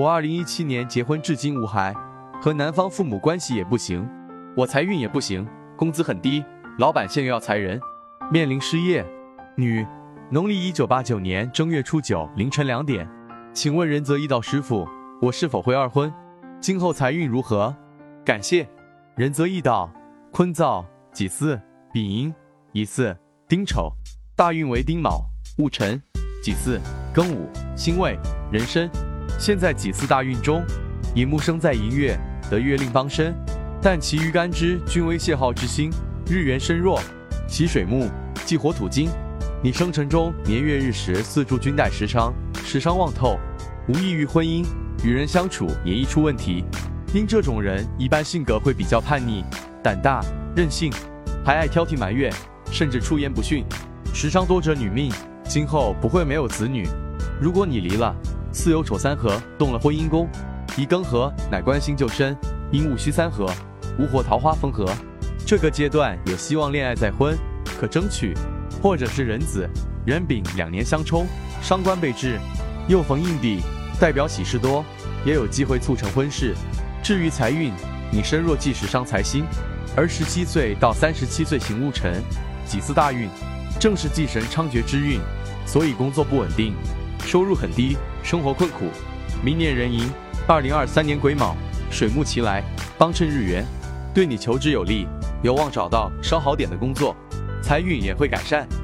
我2017年结婚至今无孩，和男方父母关系也不行，我财运也不行，工资很低，老板现又要裁人，面临失业。女，农历1989年正月初9凌晨2点，请问仁泽易道师傅，我是否会二婚？今后财运如何？感谢。仁泽易道，坤燥、己巳、丙寅、乙巳、丁丑，大运为丁卯、戊辰、己巳、庚午、辛未、壬申。现在己巳大运中，乙木生在寅月，得月令帮身，但其余干支均为泄耗之星，日元身弱，其水木忌火土金。你生辰中年月日时四柱均带食伤，食伤旺透，无异于婚姻，与人相处也易出问题。因这种人一般性格会比较叛逆、胆大、任性，还爱挑剔埋怨，甚至出言不逊。食伤多者女命，今后不会没有子女。如果你离了，巳酉丑三合动了婚姻宫，乙庚合乃官星就身，寅午戌三合，午火桃花逢合。这个阶段有希望恋爱再婚，可争取，或者是壬子、壬丙2年相冲，伤官被制，又逢印地，代表喜事多，也有机会促成婚事。至于财运，你身弱忌食伤财星，而17岁到37岁行戊辰，己巳大运，正是忌神猖獗之运，所以工作不稳定，收入很低，生活困苦。明年壬寅，2023年癸卯，水木齐来，帮衬日元，对你求职有利，有望找到稍好点的工作，财运也会改善。